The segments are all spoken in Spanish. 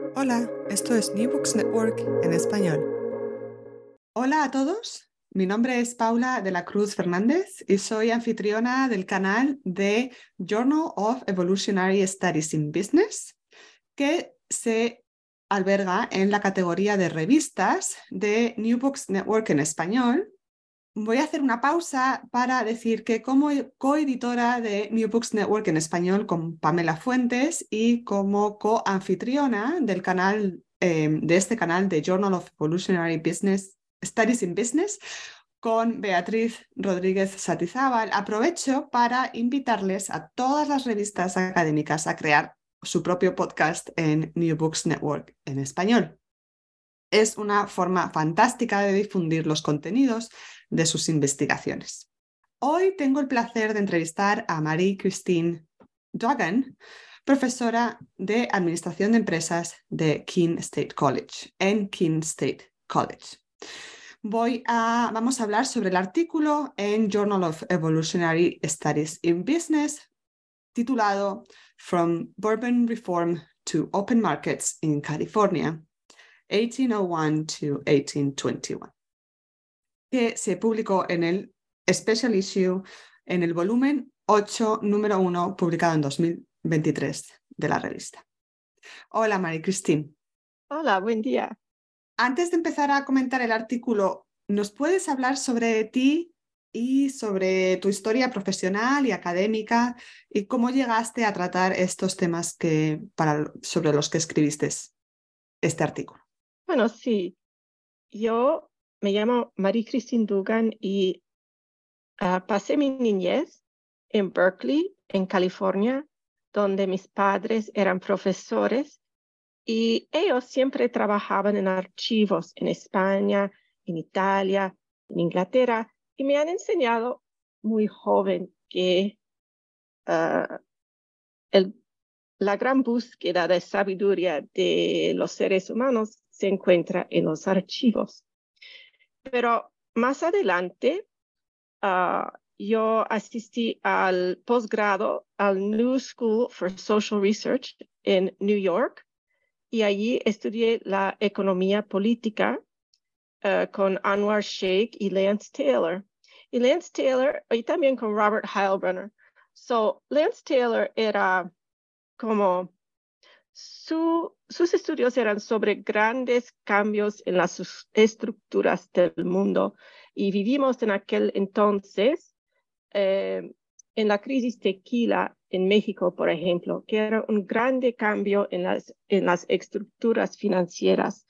Hola, esto es New Books Network en español. Hola a todos, mi nombre es Paula de la Cruz Fernández y soy anfitriona del canal de Journal of Evolutionary Studies in Business, que se alberga en la categoría de revistas de New Books Network en español. Voy a hacer una pausa para decir que como coeditora de New Books Network en español con Pamela Fuentes y como coanfitriona del canal, de este canal de Journal of Evolutionary Business Studies in Business con Beatriz Rodríguez Satizábal, aprovecho para invitarles a todas las revistas académicas a crear su propio podcast en New Books Network en español. Es una forma fantástica de difundir los contenidos de sus investigaciones. Hoy tengo el placer de entrevistar a Marie-Christine Duggan, profesora de Administración de Empresas de Keene State College, en Keene State College. Vamos a hablar sobre el artículo en Journal of Evolutionary Studies in Business titulado From Bourbon Reform to Open Markets in California, 1801 to 1821, que se publicó en el Special Issue, en el volumen 8, número 1, publicado en 2023 de la revista. Hola, Marie-Christine. Hola, buen día. Antes de empezar a comentar el artículo, ¿nos puedes hablar sobre ti y sobre tu historia profesional y académica y cómo llegaste a tratar estos temas sobre los que escribiste este artículo? Bueno, sí, yo me llamo Marie-Christine Duggan y pasé mi niñez en Berkeley, en California, donde mis padres eran profesores y ellos siempre trabajaban en archivos en España, en Italia, en Inglaterra, y me han enseñado muy joven que la gran búsqueda de sabiduría de los seres humanos se encuentra en los archivos. Pero más adelante, yo asistí al posgrado al New School for Social Research en New York y allí estudié la economía política con Anwar Sheikh y Lance Taylor. Y también con Robert Heilbronner. Lance Taylor era como sus estudios eran sobre grandes cambios en las estructuras del mundo y vivimos en aquel entonces en la crisis tequila en México, por ejemplo, que era un grande cambio en las estructuras financieras.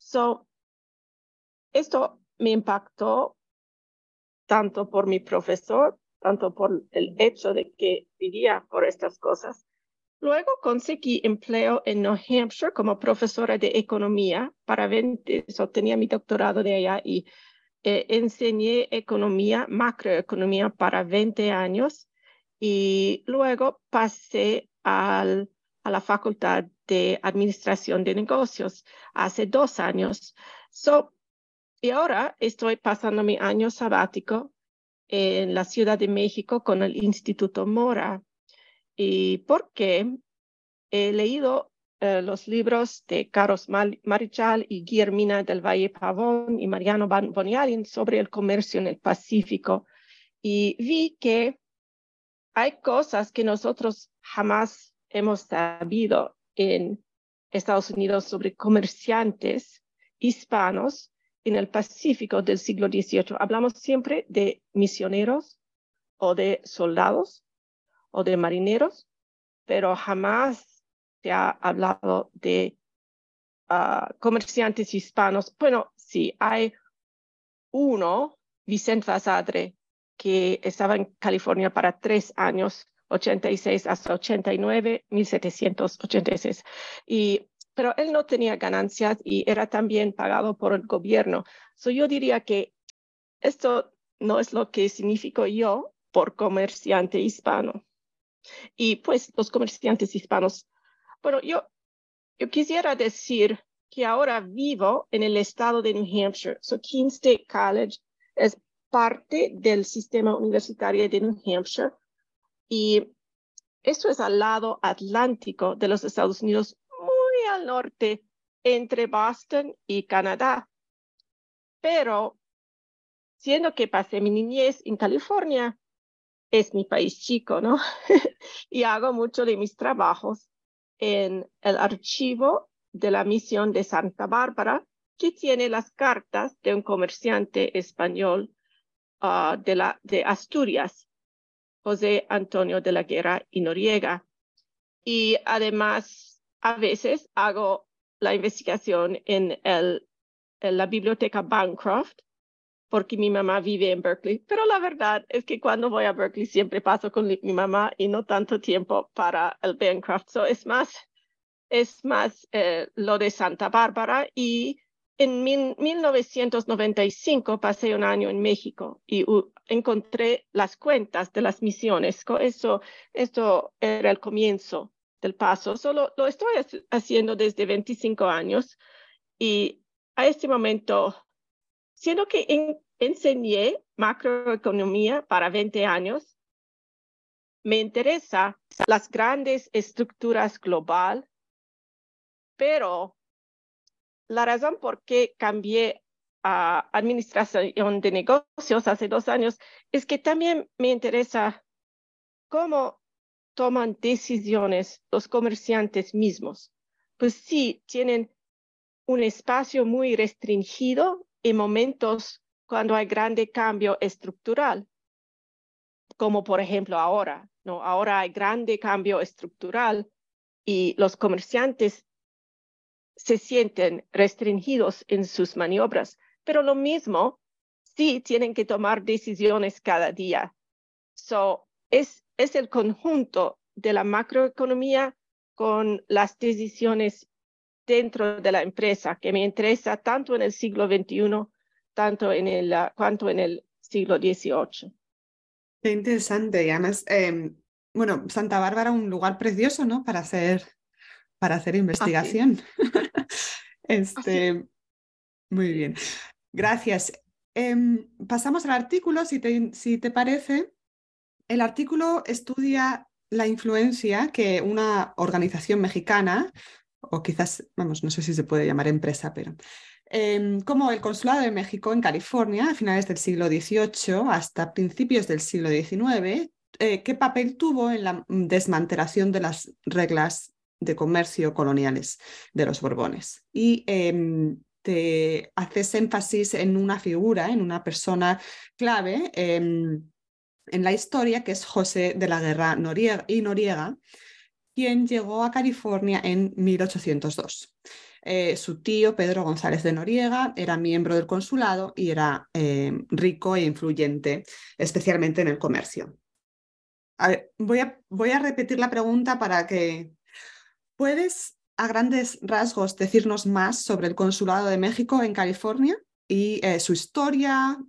Esto me impactó tanto por mi profesor, tanto por el hecho de que vivía por estas cosas. Luego conseguí empleo en New Hampshire como profesora de economía tenía mi doctorado de allá y enseñé macroeconomía para 20 años y luego pasé a la Facultad de Administración de Negocios hace 2 años. Y ahora estoy pasando mi año sabático en la Ciudad de México con el Instituto Mora. Y porque he leído los libros de Carlos Marichal y Guillermina del Valle Pavón y Mariano Boniarin sobre el comercio en el Pacífico y vi que hay cosas que nosotros jamás hemos sabido en Estados Unidos sobre comerciantes hispanos en el Pacífico del siglo XVIII. Hablamos siempre de misioneros o de soldados o de marineros, pero jamás se ha hablado de comerciantes hispanos. Bueno, sí, hay uno, Vicente Fasadre, que estaba en California para 3 años, 86 hasta 89, 1786. Pero él no tenía ganancias y era también pagado por el gobierno. Yo diría que esto no es lo que significo yo por comerciante hispano. Y pues los comerciantes hispanos, bueno, yo quisiera decir que ahora vivo en el estado de New Hampshire. Keene State College es parte del sistema universitario de New Hampshire y esto es al lado atlántico de los Estados Unidos, muy al norte entre Boston y Canadá. Pero, siendo que pasé mi niñez en California, es mi país chico, ¿no? Y hago mucho de mis trabajos en el archivo de la misión de Santa Bárbara, que tiene las cartas de un comerciante español de Asturias, José Antonio de la Guerra y Noriega. Y además, a veces hago la investigación en la biblioteca Bancroft, porque mi mamá vive en Berkeley. Pero la verdad es que cuando voy a Berkeley siempre paso con mi mamá y no tanto tiempo para el Bancroft. So es más lo de Santa Bárbara. Y en 1995 pasé un año en México y encontré las cuentas de las misiones. Esto era el comienzo del paso. Solo lo estoy haciendo desde 25 años y a este momento, siendo que enseñé macroeconomía para 20 años, me interesa las grandes estructuras globales, pero la razón por qué cambié a administración de negocios hace 2 años es que también me interesa cómo toman decisiones los comerciantes mismos. Pues sí, tienen un espacio muy restringido en momentos cuando hay grande cambio estructural, como por ejemplo ahora, ¿no? Ahora hay grande cambio estructural y los comerciantes se sienten restringidos en sus maniobras, pero lo mismo, sí tienen que tomar decisiones cada día. Es el conjunto de la macroeconomía con las decisiones dentro de la empresa que me interesa tanto en el siglo XXI cuanto en el siglo XVIII. Qué interesante. Y además, bueno, Santa Bárbara, un lugar precioso, ¿no? Para hacer Así, investigación. así. Muy bien. Gracias. Pasamos al artículo, si te parece. El artículo estudia la influencia que una organización mexicana, o quizás, vamos, no sé si se puede llamar empresa, pero como el Consulado de México en California a finales del siglo XVIII hasta principios del siglo XIX, qué papel tuvo en la desmantelación de las reglas de comercio coloniales de los Borbones. Y te haces énfasis en una figura, en una persona clave en la historia, que es José de la Guerra Noriega, quien llegó a California en 1802. Su tío, Pedro González de Noriega, era miembro del consulado y era rico e influyente, especialmente en el comercio. A ver, voy a repetir la pregunta para que... ¿Puedes, a grandes rasgos, decirnos más sobre el Consulado de México en California y su historia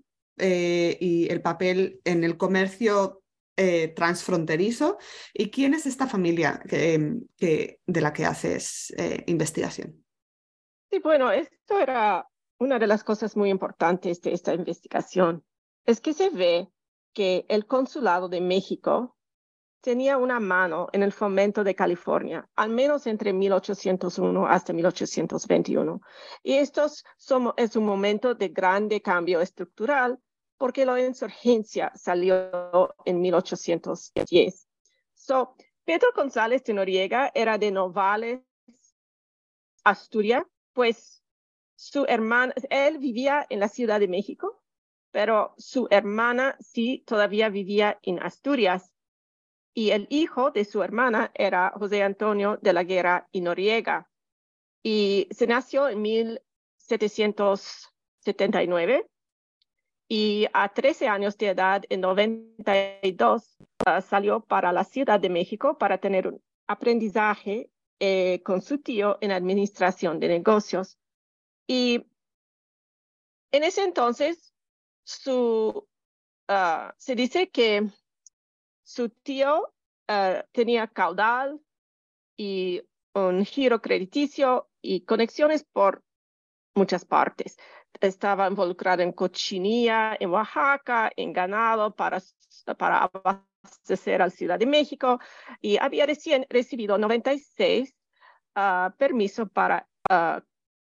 y el papel en el comercio transfronterizo? ¿Y quién es esta familia de la que haces investigación? Sí, bueno, esto era una de las cosas muy importantes de esta investigación. Es que se ve que el Consulado de México tenía una mano en el fomento de California, al menos entre 1801 hasta 1821. Y es un momento de grande cambio estructural porque la insurgencia salió en 1810. Pedro González de Noriega era de Nogales, Asturias, pues su hermana, él vivía en la Ciudad de México, pero su hermana sí todavía vivía en Asturias. Y el hijo de su hermana era José Antonio de la Guerra y Noriega. Y se nació en 1779 y a 13 años de edad, en 92, salió para la Ciudad de México para tener un aprendizaje con su tío en administración de negocios. Y en ese entonces, se dice que su tío tenía caudal y un giro crediticio y conexiones por muchas partes. Estaba involucrado en cochinilla en Oaxaca, en ganado para abastecer a la Ciudad de México y había recién recibido 96 permiso para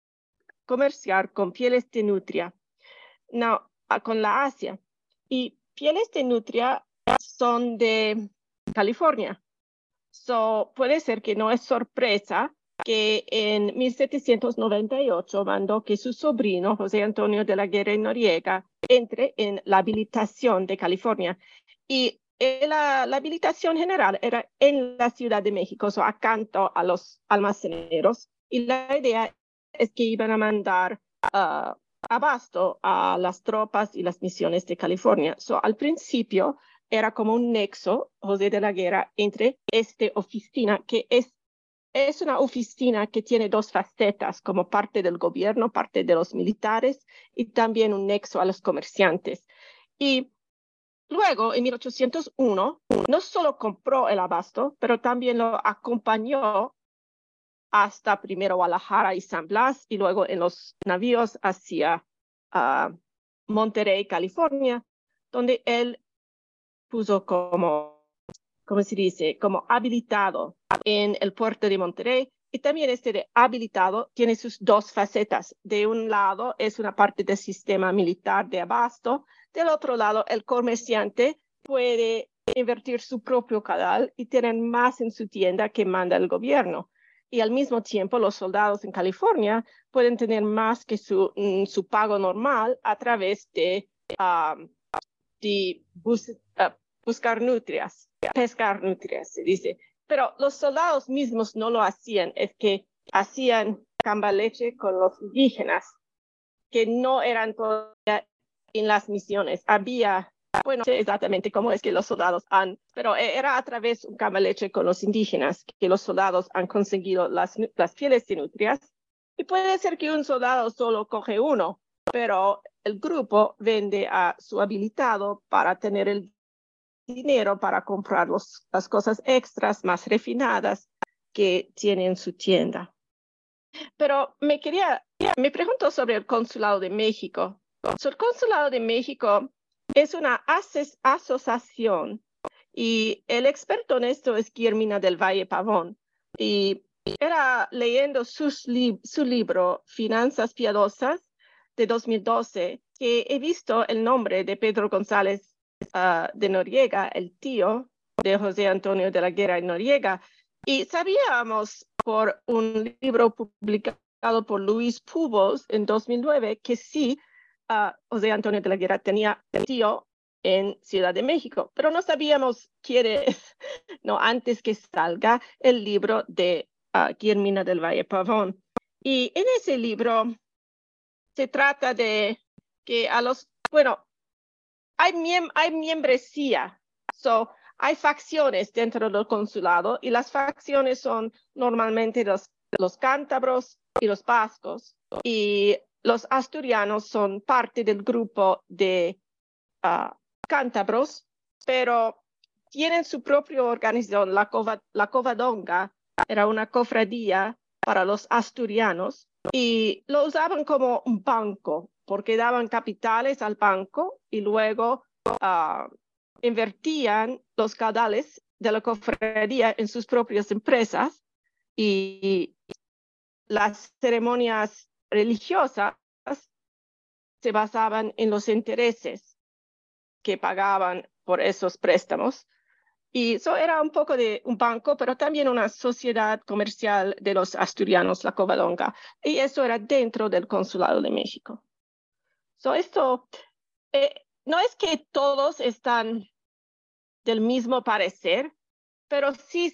comerciar con pieles de nutria, no, con la Asia. Y pieles de nutria son de California. So, puede ser que no es sorpresa que en 1798 mandó que su sobrino, José Antonio de la Guerra y Noriega, entre en la habilitación de California. Y la habilitación general era en la Ciudad de México, so, a canto a los almaceneros. Y la idea es que iban a mandar abasto a las tropas y las misiones de California. So, al principio era como un nexo, José de la Guerra, entre esta oficina, que es una oficina que tiene dos facetas, como parte del gobierno, parte de los militares, y también un nexo a los comerciantes. Y luego, en 1801, no solo compró el abasto, pero también lo acompañó hasta primero Guadalajara y San Blas, y luego en los navíos hacia Monterrey, California, donde él puso como se dice, como habilitado en el puerto de Monterrey. Y también este de habilitado tiene sus dos facetas. De un lado es una parte del sistema militar de abasto. Del otro lado, el comerciante puede invertir su propio canal y tener más en su tienda que manda el gobierno. Y al mismo tiempo, los soldados en California pueden tener más que su pago normal a través de buscar nutrias, pescar nutrias, se dice. Pero los soldados mismos no lo hacían, es que hacían cambaleche con los indígenas, que no eran todavía en las misiones. Había, bueno, no sé exactamente cómo es que los soldados pero era a través de un cambaleche con los indígenas que los soldados han conseguido las pieles de nutrias. Y puede ser que un soldado solo coge uno, pero el grupo vende a su habilitado para tener el dinero para comprar las cosas extras más refinadas que tiene en su tienda. Pero me pregunto sobre el Consulado de México. El Consulado de México es una asociación y el experto en esto es Guillermina del Valle Pavón. Y era leyendo su libro Finanzas Piadosas de 2012 que he visto el nombre de Pedro González de Noriega, el tío de José Antonio de la Guerra y Noriega. Y sabíamos por un libro publicado por Luis Pubos en 2009 que sí, José Antonio de la Guerra tenía tío en Ciudad de México, pero no sabíamos quién es, no, antes que salga el libro de Guillermina del Valle Pavón. Y en ese libro se trata de que hay membresía, hay facciones dentro del consulado y las facciones son normalmente los cántabros y los vascos, y los asturianos son parte del grupo de cántabros, pero tienen su propia organización. La Covadonga era una cofradía para los asturianos y lo usaban como un banco porque daban capitales al banco y luego invertían los caudales de la cofradía en sus propias empresas, y las ceremonias religiosas se basaban en los intereses que pagaban por esos préstamos. Y eso era un poco de un banco, pero también una sociedad comercial de los asturianos, la Covadonga. Y eso era dentro del Consulado de México. Esto no es que todos están del mismo parecer, pero sí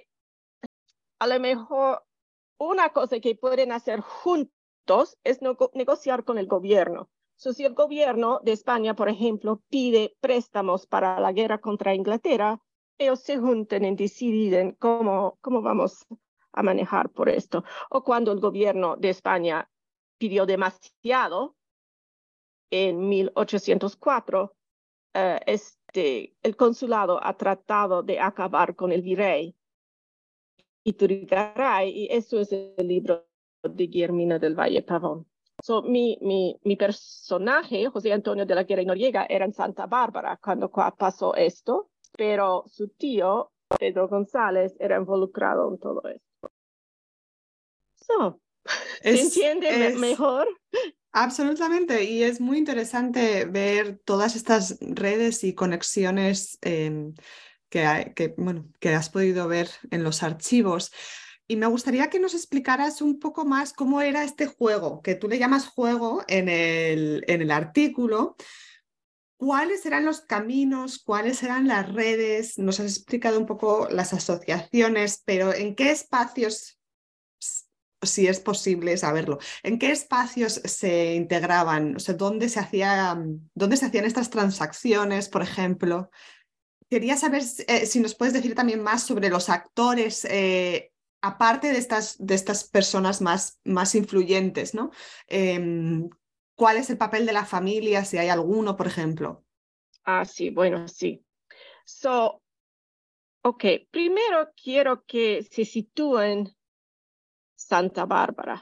a lo mejor una cosa que pueden hacer juntos es negociar con el gobierno. Si el gobierno de España, por ejemplo, pide préstamos para la guerra contra Inglaterra, ellos se juntan y deciden cómo vamos a manejar por esto. O cuando el gobierno de España pidió demasiado en 1804, el consulado ha tratado de acabar con el virrey Iturrigaray, y eso es el libro de Guillermina del Valle Pavón. Mi personaje, José Antonio de la Guerra y Noriega, era en Santa Bárbara cuando pasó esto, pero su tío, Pedro González, era involucrado en todo esto. ¿Se Es, entiende es mejor? absolutamente, y es muy interesante ver todas estas redes y conexiones bueno, que has podido ver en los archivos. Y me gustaría que nos explicaras un poco más cómo era este juego, que tú le llamas juego en el artículo. ¿Cuáles eran los caminos? ¿Cuáles eran las redes? Nos has explicado un poco las asociaciones, pero ¿en qué espacios, si es posible saberlo, en qué espacios se integraban? O sea, dónde se hacían estas transacciones, por ejemplo? Quería saber si nos puedes decir también más sobre los actores, aparte de estas personas más influyentes, ¿no? ¿Cuál es el papel de la familia, si hay alguno, por ejemplo? Ah, sí, bueno, sí. So, ok, primero quiero que se sitúen Santa Bárbara.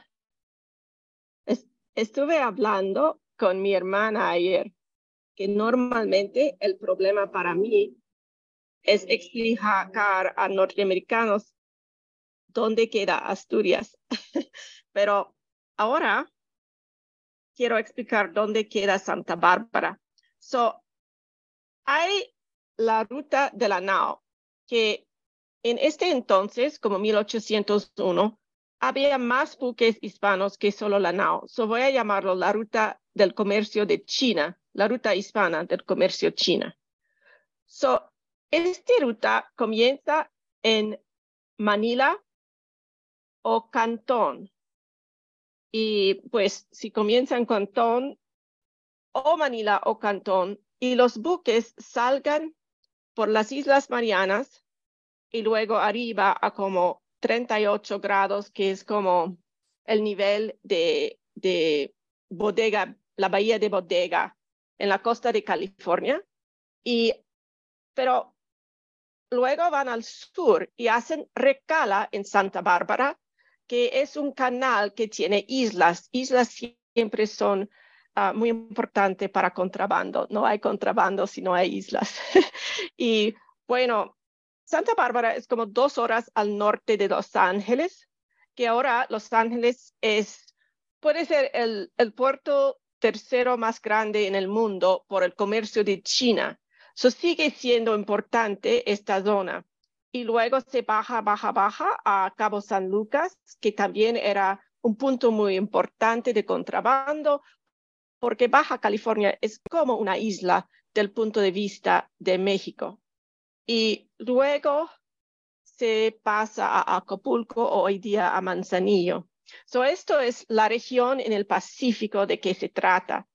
Estuve hablando con mi hermana ayer, que normalmente el problema para mí es explicar a norteamericanos dónde queda Asturias. Pero ahora quiero explicar dónde queda Santa Bárbara. So, hay la ruta de la Nao, que en este entonces, como 1801, había más buques hispanos que solo la Nao. So voy a llamarlo la ruta del comercio de China, la ruta hispana del comercio china. So, esta ruta comienza en Manila o Cantón. Y pues si comienza en Cantón o Manila o Cantón y los buques salgan por las Islas Marianas y luego arriba a como 38 grados, que es como el nivel de Bodega, la bahía de Bodega en la costa de California. Pero luego van al sur y hacen recala en Santa Bárbara, que es un canal que tiene islas. Islas siempre son muy importantes para contrabando. No hay contrabando si no hay islas. Y bueno, Santa Bárbara es como 2 horas al norte de Los Ángeles, que ahora Los Ángeles puede ser el puerto tercero más grande en el mundo por el comercio de China. So sigue siendo importante esta zona. Y luego se baja a Cabo San Lucas, que también era un punto muy importante de contrabando, porque Baja California es como una isla del punto de vista de México. Y luego se pasa a Acapulco o hoy día a Manzanillo. So esto es la región en el Pacífico de que se trata.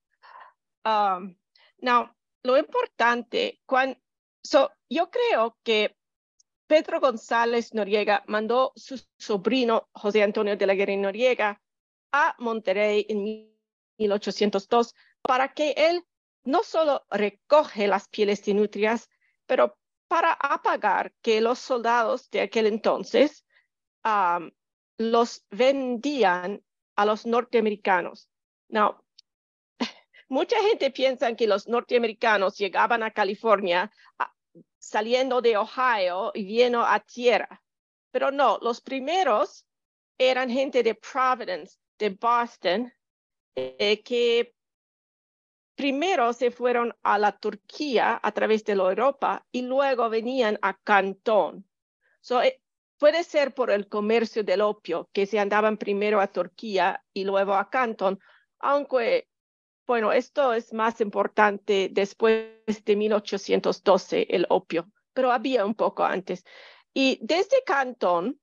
Now, lo importante, yo creo que Pedro González Noriega mandó su sobrino José Antonio de la Guerra Noriega a Monterrey en 1802 para que él no solo recoge las pieles de nutrias, pero para apagar que los soldados de aquel entonces los vendían a los norteamericanos. Now, mucha gente piensa que los norteamericanos llegaban a California saliendo de Ohio y vino a tierra, pero no, los primeros eran gente de Providence, de Boston, que primero se fueron a la Turquía a través de la Europa y luego venían a Cantón. So, puede ser por el comercio del opio, que se andaban primero a Turquía y luego a Cantón, aunque bueno, esto es más importante después de 1812, el opio, pero había un poco antes. Y desde Cantón,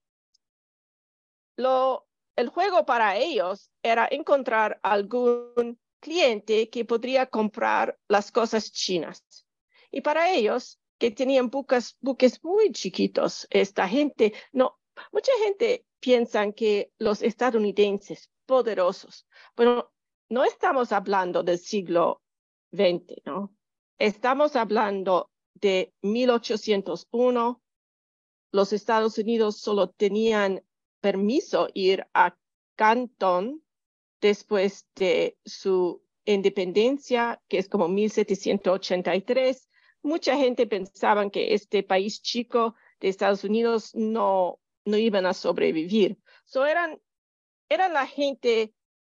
el juego para ellos era encontrar algún cliente que podría comprar las cosas chinas. Y para ellos, que tenían buques muy chiquitos, mucha gente piensa que los estadounidenses poderosos, bueno, no estamos hablando del siglo XX, ¿no? Estamos hablando de 1801. Los Estados Unidos solo tenían permiso ir a Cantón después de su independencia, que es como 1783. Mucha gente pensaba que este país chico de Estados Unidos no iban a sobrevivir. So eran eran la gente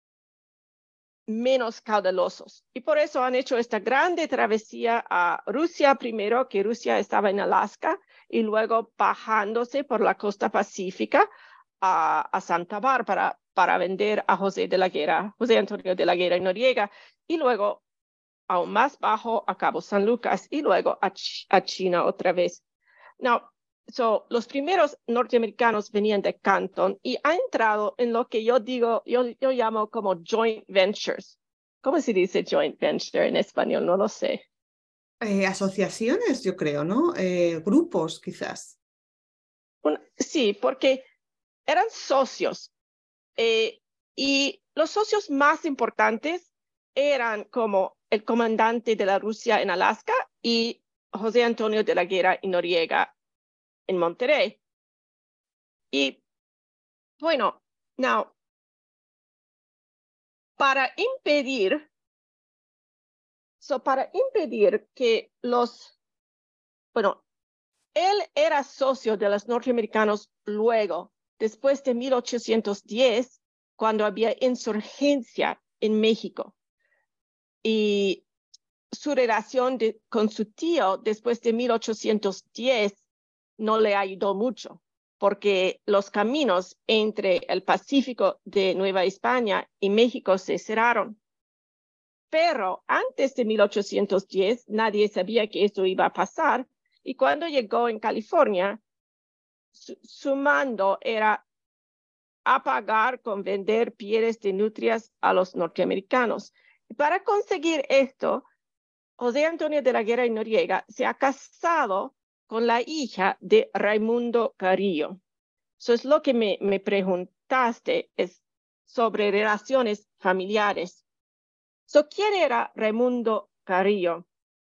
menos caudalosos. Y por eso han hecho esta grande travesía a Rusia primero, que Rusia estaba en Alaska, y luego bajándose por la costa pacífica a Santa Bárbara para vender a José Antonio de la Guerra y Noriega, y luego aún más bajo a Cabo San Lucas, y luego a China otra vez. Now, los primeros norteamericanos venían de Canton y ha entrado en lo que yo llamo como joint ventures. ¿Cómo se dice joint venture en español? No lo sé. Asociaciones, yo creo, ¿no? Grupos, quizás. Sí, porque eran socios. Y los socios más importantes eran como el comandante de la Rusia en Alaska y José Antonio de la Guerra y Noriega en Monterrey. Y bueno, now, para impedir que él era socio de los norteamericanos luego, después de 1810, cuando había insurgencia en México. Y su relación con su tío después de 1810 no le ayudó mucho, porque los caminos entre el Pacífico de Nueva España y México se cerraron. Pero antes de 1810 nadie sabía que eso iba a pasar, y cuando llegó en California, su mando era pagar con vender pieles de nutrias a los norteamericanos. Y para conseguir esto, José Antonio de la Guerra y Noriega se ha casado con la hija de Raimundo Carrillo. Eso es lo que me preguntaste, es sobre relaciones familiares. ¿Quién era Raimundo Carrillo?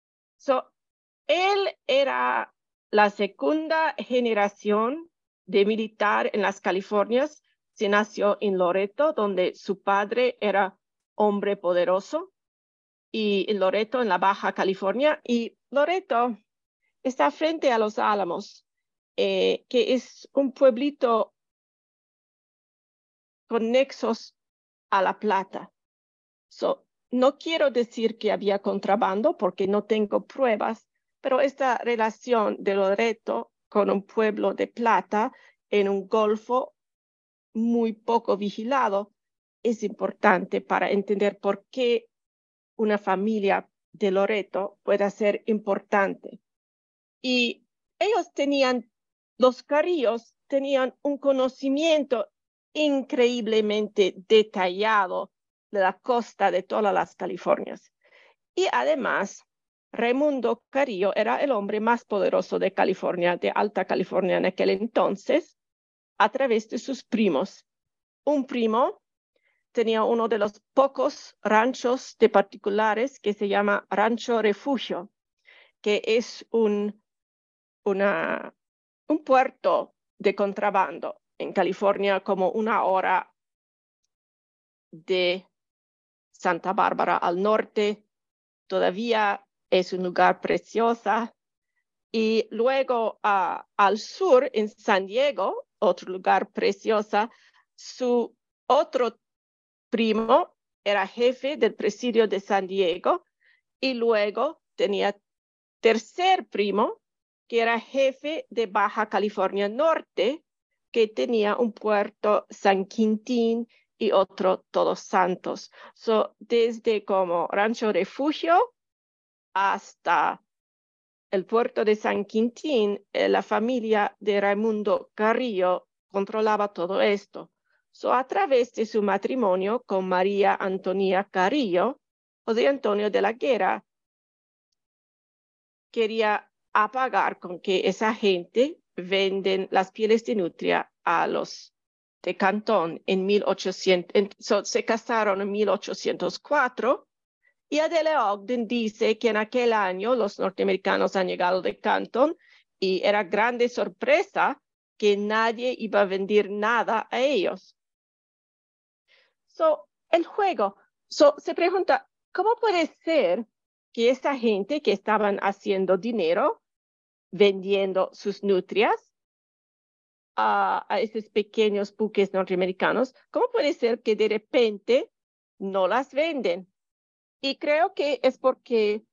Él era la segunda generación de militar en las Californias. Se nació en Loreto, donde su padre era hombre poderoso, y en Loreto, en la Baja California. Y Loreto está frente a Los Álamos, que es un pueblito con nexos a La Plata. No quiero decir que había contrabando porque no tengo pruebas, pero esta relación de Loreto con un pueblo de Plata en un golfo muy poco vigilado es importante para entender por qué una familia de Loreto puede ser importante. Y los Carrillos tenían un conocimiento increíblemente detallado de la costa de todas las Californias. Y además, Raimundo Carrillo era el hombre más poderoso de California, de Alta California en aquel entonces, a través de sus primos. Un primo tenía uno de los pocos ranchos de particulares que se llama Rancho Refugio, que es un puerto de contrabando en California, como 1 hora de Santa Bárbara al norte. Todavía es un lugar precioso. Y luego al sur, en San Diego, otro lugar precioso, su otro primo era jefe del presidio de San Diego, y luego tenía tercer primo que era jefe de Baja California Norte, que tenía un puerto San Quintín y otro Todos Santos. Desde como Rancho Refugio hasta el puerto de San Quintín, la familia de Raimundo Carrillo controlaba todo esto. A través de su matrimonio con María Antonia Carrillo, José Antonio de la Guerra quería apagar con que esa gente venden las pieles de nutria a los de Cantón en 1800. Se casaron en 1804. Y Adele Ogden dice que en aquel año los norteamericanos han llegado de Canton y era grande sorpresa que nadie iba a vender nada a ellos. El juego. Se pregunta, ¿cómo puede ser que esta gente que estaban haciendo dinero vendiendo sus nutrias a esos pequeños buques norteamericanos, ¿cómo puede ser que de repente no las venden? Y creo que es porque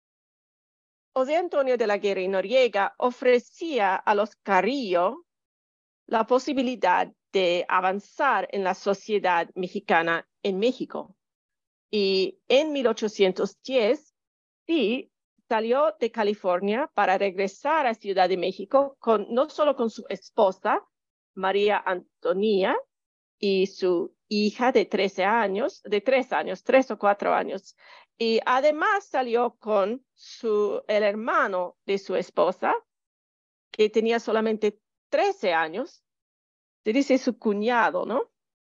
José Antonio de la Guerra y Noriega ofrecía a los Carrillo la posibilidad de avanzar en la sociedad mexicana en México. Y en 1810, sí, salió de California para regresar a Ciudad de México no solo con su esposa, María Antonia, y su hija de 3 años, 3 o 4 años. Y además salió con el hermano de su esposa, que tenía solamente 13 años, se dice su cuñado, ¿no?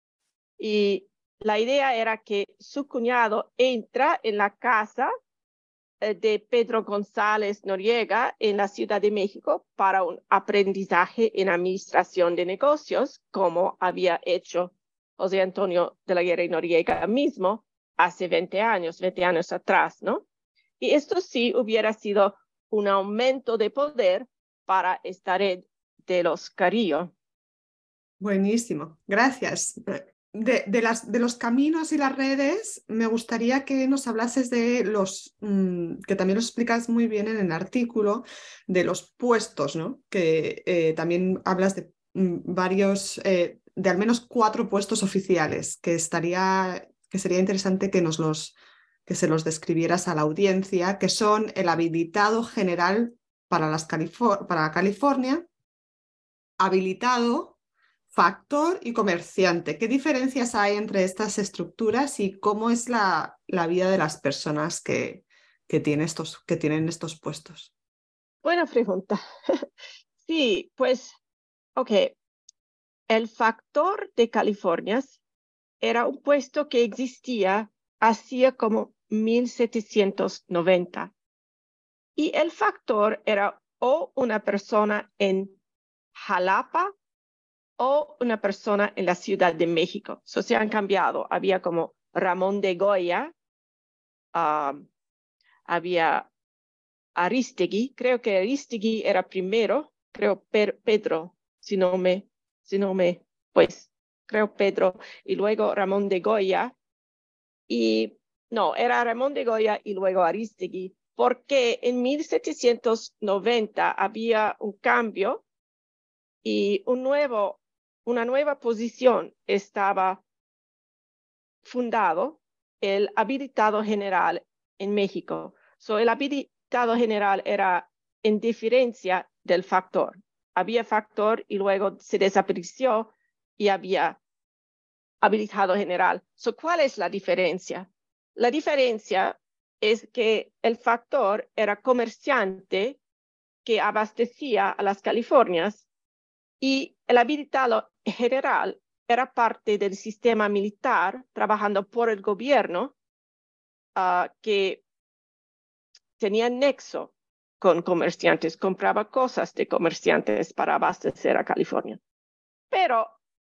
Y la idea era que su cuñado entra en la casa de Pedro González Noriega en la Ciudad de México para un aprendizaje en administración de negocios, como había hecho José Antonio de la Guerra y Noriega mismo hace 20 años atrás, ¿no? Y esto sí hubiera sido un aumento de poder para esta red de los Carrillo. Buenísimo, gracias. De los caminos y las redes, me gustaría que nos hablases de que también lo explicas muy bien en el artículo, de los puestos, ¿no? Que también hablas de varios, de al menos 4 puestos oficiales, que sería interesante que se los describieras a la audiencia, que son el habilitado general para California, habilitado, factor y comerciante. ¿Qué diferencias hay entre estas estructuras y cómo es la vida de las personas que tienen estos puestos? Buena pregunta. Sí, pues, ok. El factor de California era un puesto que existía hacía como 1790. Y el factor era o una persona en Jalapa o una persona en la Ciudad de México. Eso se han cambiado. Había como Ramón de Goya, había Aristegui, creo que Aristegui era primero, creo Pedro, pues creo Pedro, y luego Ramón de Goya, y no, era Ramón de Goya y luego Aristegui, porque en 1790 había un cambio y una nueva posición estaba fundado, el habilitado general en México. El habilitado general era en diferencia del factor. Había factor y luego se desapareció y había habilitado general. ¿Cuál es la diferencia? La diferencia es que el factor era comerciante que abastecía a las Californias y el habilitado general era parte del sistema militar trabajando por el gobierno que tenía nexo con comerciantes, compraba cosas de comerciantes para abastecer a California. Pero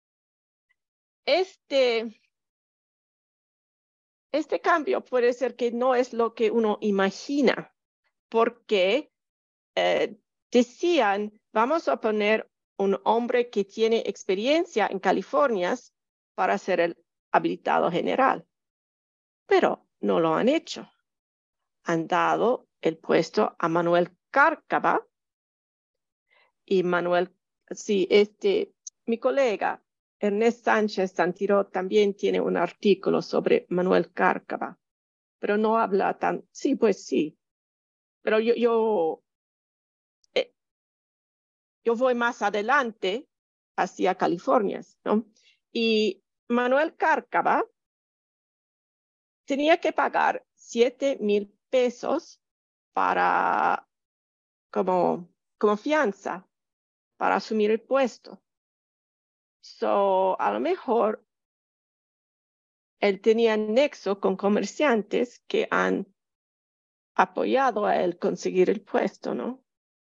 este cambio puede ser que no es lo que uno imagina, porque decían, vamos a poner un hombre que tiene experiencia en California para ser el habilitado general. Pero no lo han hecho. Han dado el puesto a Manuel Cárcava y mi colega Ernest Sánchez Santiro también tiene un artículo sobre Manuel Cárcava, pero no habla tan, sí, pues sí, pero yo voy más adelante hacia California, ¿no? Y Manuel Cárcava tenía que pagar 7,000 pesos como fianza para asumir el puesto. A lo mejor él tenía nexo con comerciantes que han apoyado a él conseguir el puesto, ¿no?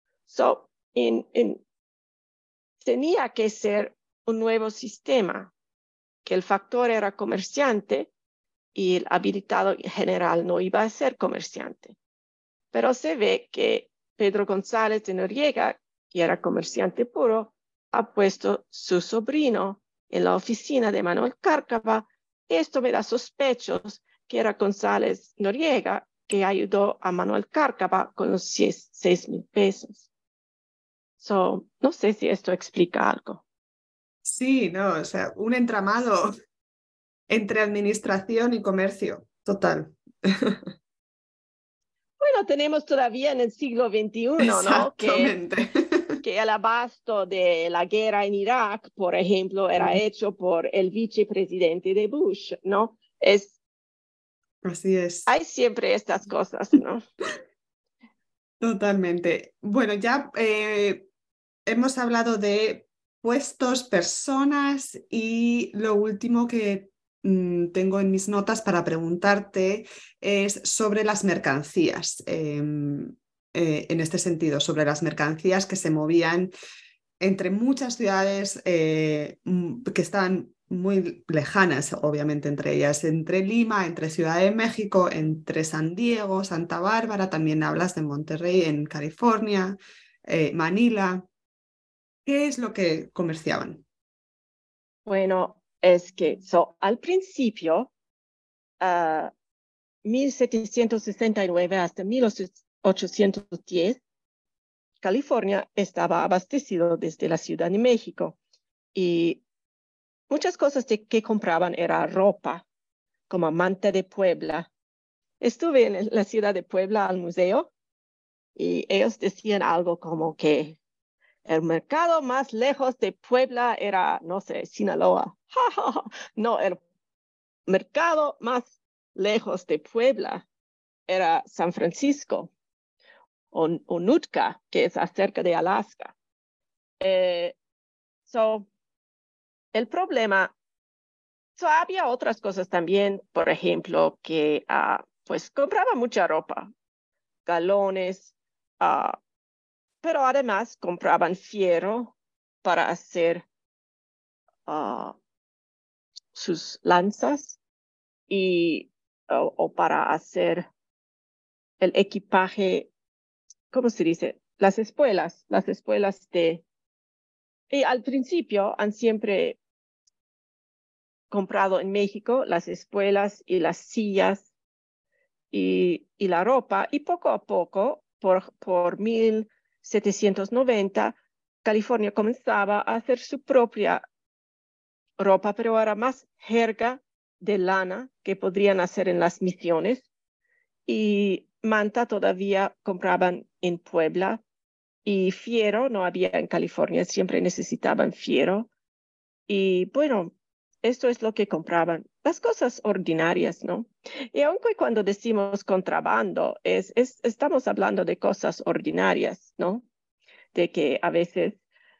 Tenía que ser un nuevo sistema, que el factor era comerciante y el habilitado general no iba a ser comerciante. Pero se ve que Pedro González de Noriega, que era comerciante puro, ha puesto su sobrino en la oficina de Manuel Cárcava. Esto me da sospechos que era González Noriega que ayudó a Manuel Cárcava con los 6,000 pesos. No sé si esto explica algo. Sí, no, o sea, un entramado entre administración y comercio, total. Bueno, tenemos todavía en el siglo XXI, ¿no? Exactamente. Que el abasto de la guerra en Irak, por ejemplo, era hecho por el vicepresidente de Bush, ¿no? Así es. Hay siempre estas cosas, ¿no? Totalmente. Bueno, ya hemos hablado de puestos, personas y lo último que tengo en mis notas para preguntarte es sobre las mercancías. En este sentido, sobre las mercancías que se movían entre muchas ciudades que estaban muy lejanas, obviamente, entre ellas, entre Lima, entre Ciudad de México, entre San Diego, Santa Bárbara, también hablas de Monterrey en California, Manila. ¿Qué es lo que comerciaban? Bueno, es que al principio, 1769 hasta 1810, California estaba abastecido desde la Ciudad de México y muchas cosas que compraban era ropa, como manta de Puebla. Estuve en la ciudad de Puebla al museo y ellos decían algo como que el mercado más lejos de Puebla era, no sé, Sinaloa. No, el mercado más lejos de Puebla era San Francisco o Nootka, que es acerca de Alaska. Eh, el problema, había otras cosas también, por ejemplo, que pues compraba mucha ropa, galones, ah, pero además compraban fierro para hacer sus lanzas o para hacer el equipaje, ¿cómo se dice? Las espuelas y al principio han siempre comprado en México las espuelas y las sillas y la ropa, y poco a poco, por 1790, California comenzaba a hacer su propia ropa, pero era más jerga de lana que podrían hacer en las misiones, y manta todavía compraban en Puebla, y fiero no había en California, siempre necesitaban fiero, y bueno, esto es lo que compraban, las cosas ordinarias, ¿no? Y aunque cuando decimos contrabando, estamos hablando de cosas ordinarias, ¿no? De que a veces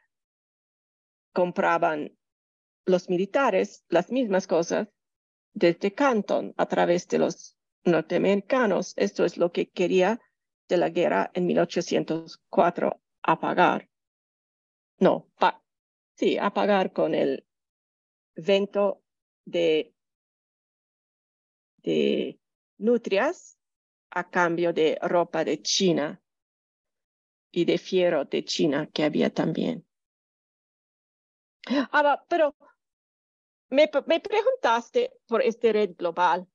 compraban los militares las mismas cosas desde Canton a través de los norteamericanos. Esto es lo que quería de la guerra en 1804 apagar. No, sí, apagar con el vento de nutrias a cambio de ropa de China y de fiero de China que había también. Pero me preguntaste por este red global.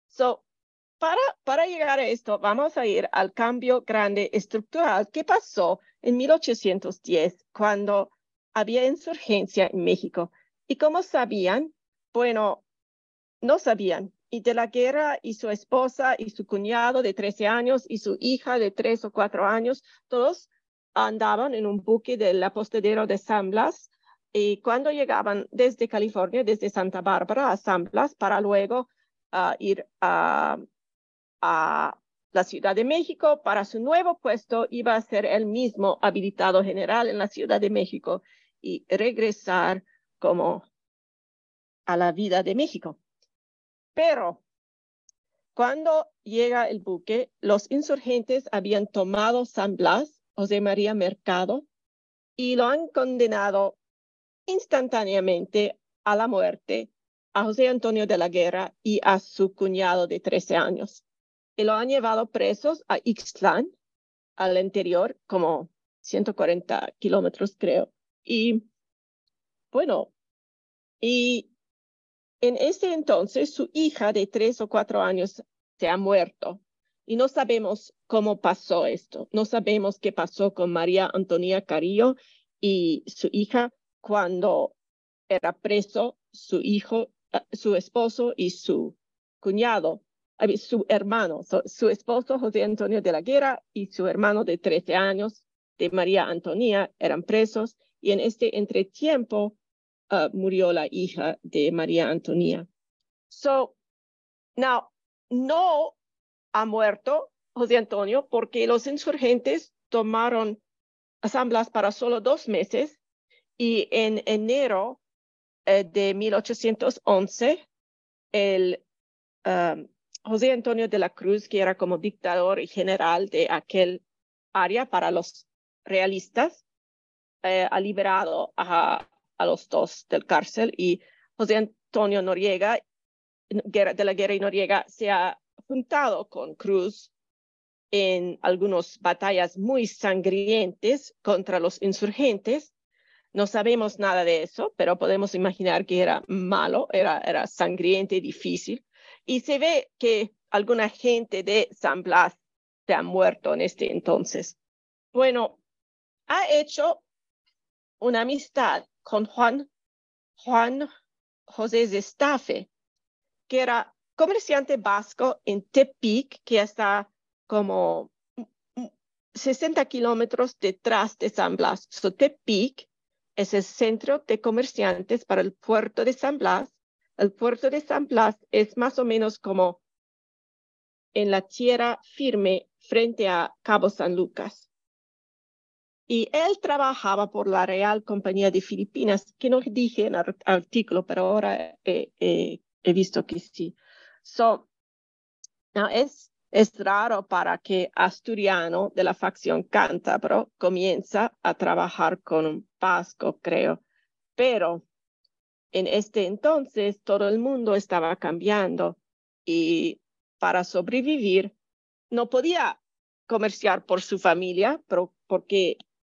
Para llegar a esto, vamos a ir al cambio grande estructural que pasó en 1810, cuando había insurgencia en México. ¿Y cómo sabían? Bueno, no sabían. Y de la guerra, y su esposa, y su cuñado de 13 años, y su hija de 3 o 4 años, todos andaban en un buque del apostadero de San Blas, y cuando llegaban desde California, desde Santa Bárbara a San Blas, para luego ir a la Ciudad de México, para su nuevo puesto iba a ser el mismo habilitado general en la Ciudad de México y regresar como a la vida de México. Pero cuando llega el buque, los insurgentes habían tomado San Blas, José María Mercado, y lo han condenado instantáneamente a la muerte a José Antonio de la Guerra y a su cuñado de 13 años. Y lo han llevado presos a Ixtlán, al interior, como 140 kilómetros, creo. Y Bueno, y en ese entonces su hija de 3 o 4 años se ha muerto. Y no sabemos cómo pasó esto. No sabemos qué pasó con María Antonia Carrillo y su hija cuando era preso su hijo, su esposo y su cuñado, su hermano, su esposo José Antonio de la Guerra y su hermano de 13 años de María Antonia eran presos y en este entretiempo murió la hija de María Antonia. So, now, no ha muerto José Antonio porque los insurgentes tomaron San Blas para solo 2 meses y en enero de 1811, el José Antonio de la Cruz, que era como dictador y general de aquel área para los realistas, ha liberado a los dos del cárcel y José Antonio Noriega, de la Guerra y Noriega, se ha juntado con Cruz en algunas batallas muy sangrientas contra los insurgentes. No sabemos nada de eso, pero podemos imaginar que era malo, era sangriento y difícil. Y se ve que alguna gente de San Blas se ha muerto en este entonces. Bueno, ha hecho una amistad con Juan José Zestafe, que era comerciante vasco en Tepic, que está como 60 kilómetros detrás de San Blas. So, Tepic es el centro de comerciantes para el puerto de San Blas. El puerto de San Blas es más o menos como en la tierra firme frente a Cabo San Lucas. Y él trabajaba por la Real Compañía de Filipinas, que no dije en el artículo, pero ahora he visto que sí. So, now es raro para que asturiano de la facción cántabro comienza a trabajar con un vasco, creo. Pero en este entonces todo el mundo estaba cambiando y para sobrevivir no podía comerciar por su familia, pero porque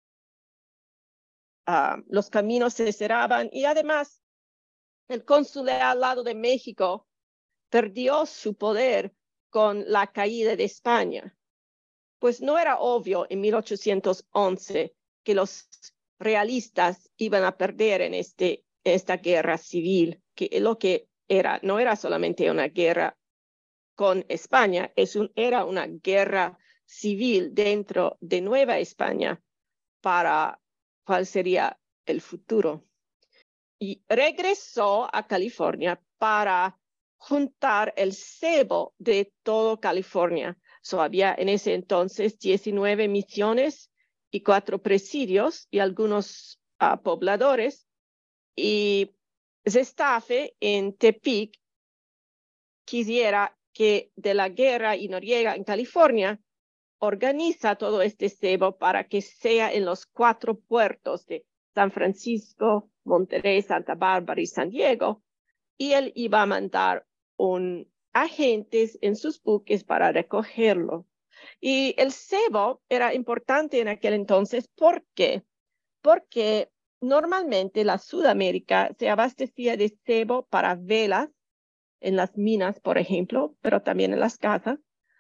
los caminos se cerraban y además el consulado al lado de México perdió su poder con la caída de España. Pues no era obvio en 1811 que los realistas iban a perder en esta guerra civil, que lo que era, no era solamente una guerra con España, era una guerra civil dentro de Nueva España para cuál sería el futuro. Y regresó a California para juntar el cebo de todo California. Había en ese entonces 19 misiones y 4 presidios y algunos pobladores. Y Zestafe en Tepic quisiera que de la Guerra y Noriega en California organiza todo este cebo para que sea en los 4 puertos de San Francisco, Monterrey, Santa Bárbara y San Diego, y él iba a mandar agentes en sus buques para recogerlo. Y el cebo era importante en aquel entonces, ¿por qué? Porque normalmente la Sudamérica se abastecía de cebo para velas en las minas, por ejemplo, pero también en las casas,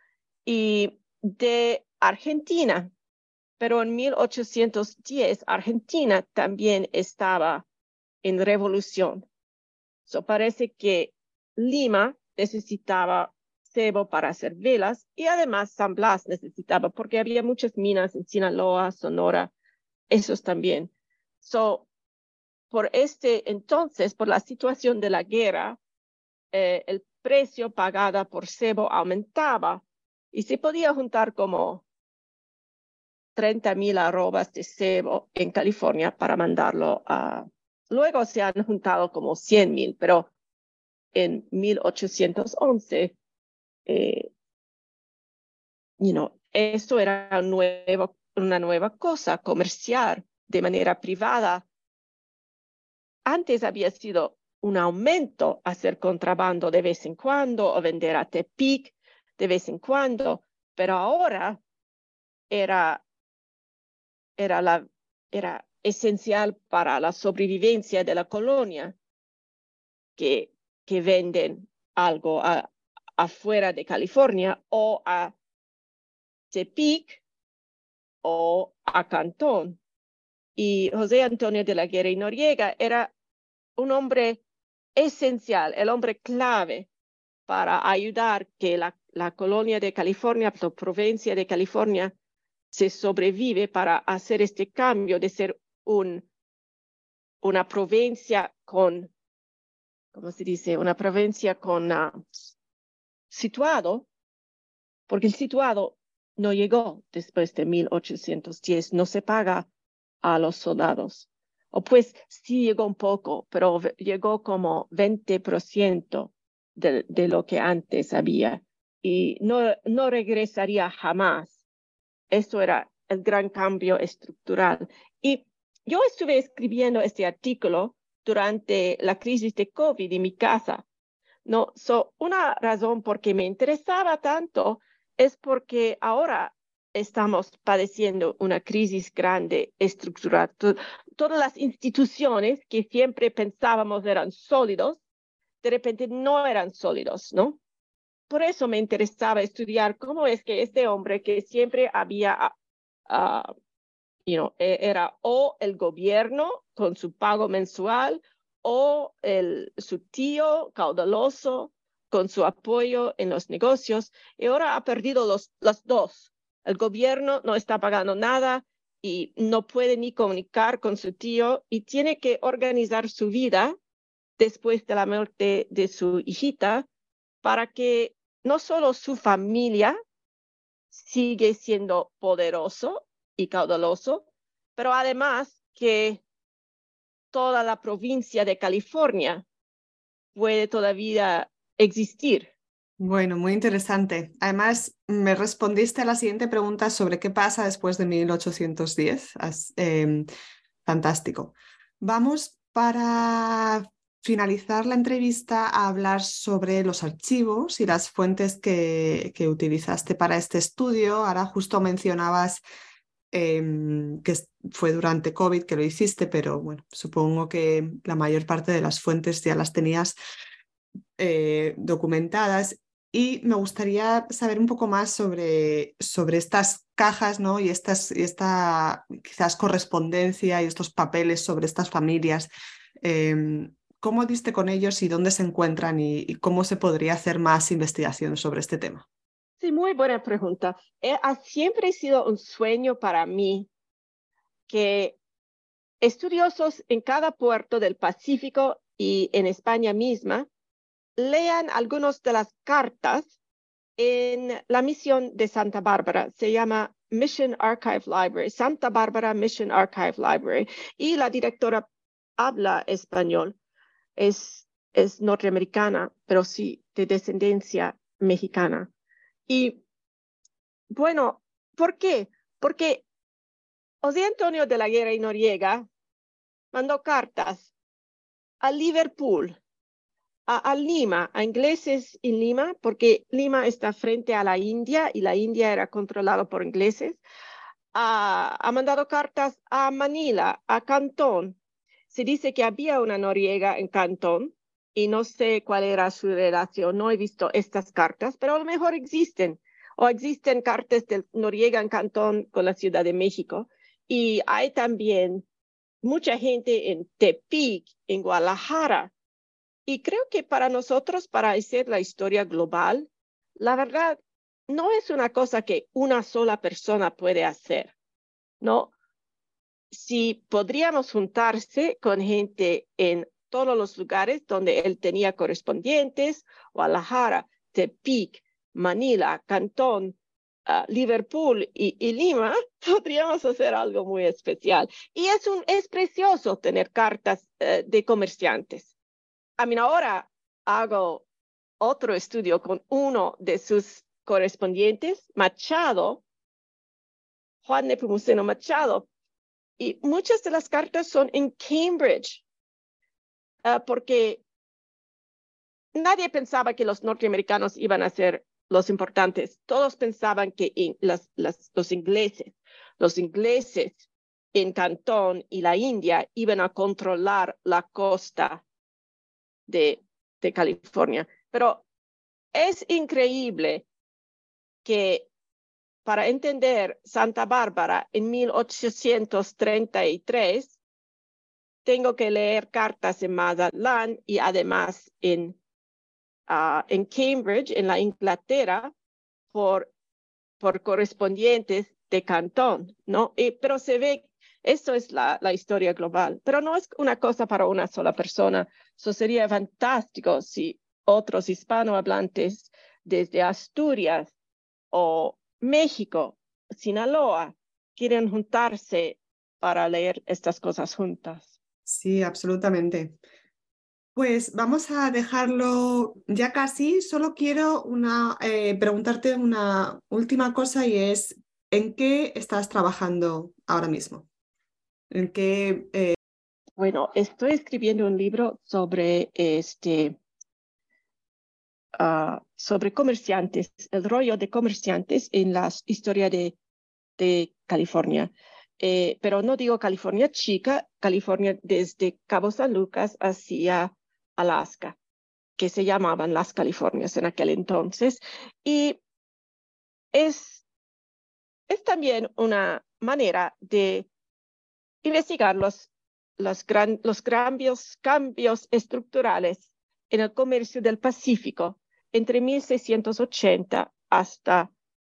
y de Argentina. Pero en 1810 Argentina también estaba en revolución. Parece que Lima necesitaba cebo para hacer velas y además San Blas necesitaba porque había muchas minas en Sinaloa, Sonora, esos también. Por entonces, por la situación de la guerra, el precio pagado por cebo aumentaba y se podía juntar como 30,000 arrobas de cebo en California para mandarlo a... Luego se han juntado como 100,000, pero en 1811, esto era una nueva cosa, comerciar de manera privada. Antes había sido un aumento hacer contrabando de vez en cuando o vender a Tepic de vez en cuando, pero ahora era esencial para la sobrevivencia de la colonia, que venden algo afuera de California o a Tepic o a Cantón. Y José Antonio de la Guerra y Noriega era un hombre esencial, el hombre clave para ayudar que la colonia de California, la provincia de California, se sobrevive para hacer este cambio de ser una provincia con, ¿cómo se dice? Una provincia con situado, porque el situado no llegó después de 1810, no se paga a los soldados. O pues sí llegó un poco, pero llegó como 20% de lo que antes había y no regresaría jamás. Eso era el gran cambio estructural. Y yo estuve escribiendo este artículo durante la crisis de COVID en mi casa. No, una razón por qué me interesaba tanto es porque ahora estamos padeciendo una crisis grande estructural. Todas las instituciones que siempre pensábamos eran sólidos, de repente no eran sólidos, ¿no? Por eso me interesaba estudiar cómo es que este hombre que siempre había, era o el gobierno con su pago mensual o su tío caudaloso con su apoyo en los negocios, y ahora ha perdido los dos. El gobierno no está pagando nada y no puede ni comunicar con su tío y tiene que organizar su vida después de la muerte de su hijita para que no solo su familia sigue siendo poderoso y caudaloso, pero además que toda la provincia de California puede todavía existir. Bueno, muy interesante. Además, me respondiste a la siguiente pregunta sobre qué pasa después de 1810. Fantástico. Vamos para finalizar la entrevista a hablar sobre los archivos y las fuentes que utilizaste para este estudio. Ahora justo mencionabas que fue durante COVID que lo hiciste, pero bueno, supongo que la mayor parte de las fuentes ya las tenías documentadas. Y me gustaría saber un poco más sobre estas cajas, ¿no? Y esta quizás correspondencia y estos papeles sobre estas familias. ¿Cómo diste con ellos y dónde se encuentran y cómo se podría hacer más investigación sobre este tema? Sí, muy buena pregunta. Ha siempre sido un sueño para mí que estudiosos en cada puerto del Pacífico y en España misma lean algunas de las cartas en la misión de Santa Bárbara. Se llama Mission Archive Library, Santa Bárbara Mission Archive Library. Y la directora habla español. Es norteamericana, pero sí de descendencia mexicana. Y bueno, ¿por qué? Porque José Antonio de la Guerra y Noriega mandó cartas a Liverpool, a Lima, a ingleses en Lima, porque Lima está frente a la India y la India era controlada por ingleses. Ha mandado cartas a Manila, a Cantón. Se dice que había una Noriega en Cantón y no sé cuál era su relación. No he visto estas cartas, pero a lo mejor existen. O existen cartas de Noriega en Cantón con la Ciudad de México. Y hay también mucha gente en Tepic, en Guadalajara. Y creo que para nosotros, para hacer la historia global, la verdad no es una cosa que una sola persona puede hacer, ¿no? Si podríamos juntarse con gente en todos los lugares donde él tenía correspondientes, Guadalajara, Tepic, Manila, Cantón, Liverpool y Lima, podríamos hacer algo muy especial. Y es precioso tener cartas de comerciantes. Ahora hago otro estudio con uno de sus correspondientes, Machado, Juan Nepomuceno Machado, y muchas de las cartas son en Cambridge, porque nadie pensaba que los norteamericanos iban a ser los importantes. Todos pensaban que los ingleses en Cantón y la India iban a controlar la costa de California. Pero es increíble que para entender Santa Bárbara en 1833, tengo que leer cartas en Mazatlan y además en Cambridge, en la Inglaterra, por correspondientes de Cantón, ¿no? Pero se ve, eso es la historia global, pero no es una cosa para una sola persona. Eso sería fantástico si otros hispanohablantes desde Asturias o México, Sinaloa, quieren juntarse para leer estas cosas juntas. Sí, absolutamente. Pues vamos a dejarlo ya casi. Solo quiero preguntarte una última cosa y es, ¿en qué estás trabajando ahora mismo? ¿En qué? Bueno, estoy escribiendo un libro sobre sobre comerciantes, el rollo de comerciantes en la historia de California. Pero no digo California chica, California desde Cabo San Lucas hacia Alaska, que se llamaban las Californias en aquel entonces. Y es también una manera de investigar los cambios estructurales en el comercio del Pacífico entre 1680 hasta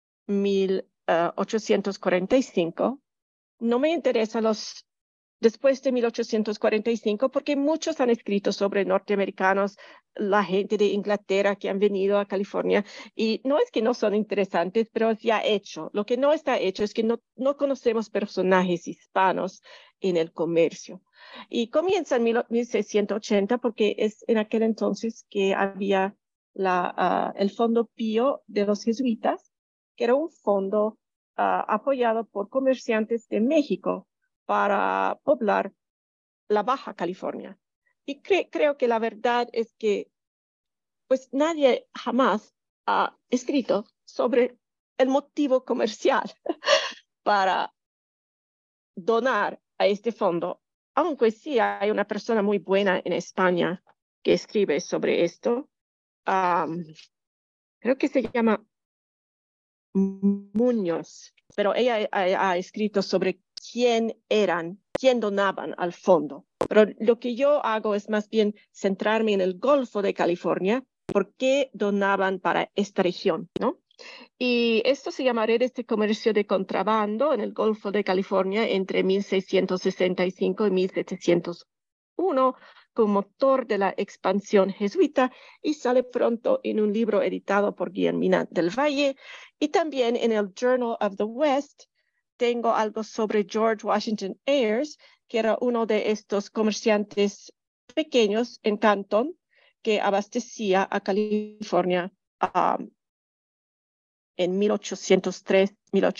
1845. No me interesa después de 1845 porque muchos han escrito sobre norteamericanos, la gente de Inglaterra que han venido a California, y no es que no son interesantes, pero es ya hecho. Lo que no está hecho es que no conocemos personajes hispanos en el comercio. Y comienza en 1680 porque es en aquel entonces que había el Fondo Pío de los Jesuitas, que era un fondo apoyado por comerciantes de México para poblar la Baja California. Y creo que la verdad es que pues nadie jamás ha escrito sobre el motivo comercial para donar a este fondo, aunque sí hay una persona muy buena en España que escribe sobre esto. Creo que se llama Muñoz, pero ella ha escrito sobre quién donaban al fondo. Pero lo que yo hago es más bien centrarme en el Golfo de California, por qué donaban para esta región, ¿no? Y esto se llama Redes de Comercio de Contrabando en el Golfo de California entre 1665 y 1701, como motor de la expansión jesuita, y sale pronto en un libro editado por Guillermina del Valle. Y también en el Journal of the West tengo algo sobre George Washington Ayers, que era uno de estos comerciantes pequeños en Canton que abastecía a California en 1803,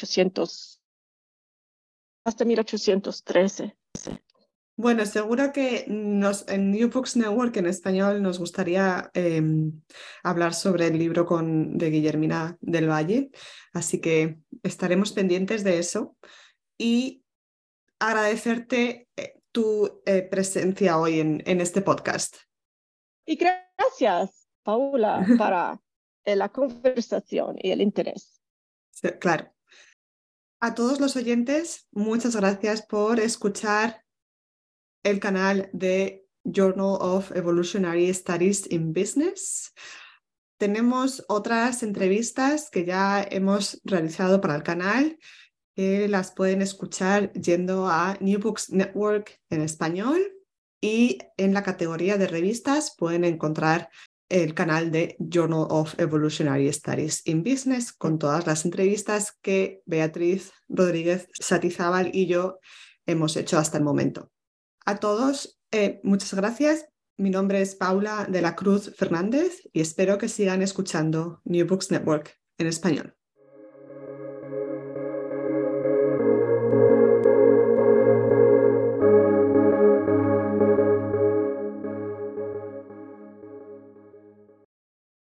hasta 1813. Bueno, seguro que en New Books Network en español nos gustaría hablar sobre el libro de Guillermina del Valle, así que estaremos pendientes de eso y agradecerte tu presencia hoy en este podcast. Y gracias, Paula, para la conversación y el interés. Sí, claro. A todos los oyentes, muchas gracias por escuchar el canal de Journal of Evolutionary Studies in Business. Tenemos otras entrevistas que ya hemos realizado para el canal, que las pueden escuchar yendo a New Books Network en español, y en la categoría de revistas pueden encontrar el canal de Journal of Evolutionary Studies in Business con todas las entrevistas que Beatriz Rodríguez Satizábal y yo hemos hecho hasta el momento. A todos, muchas gracias. Mi nombre es Paula de la Cruz Fernández y espero que sigan escuchando New Books Network en español.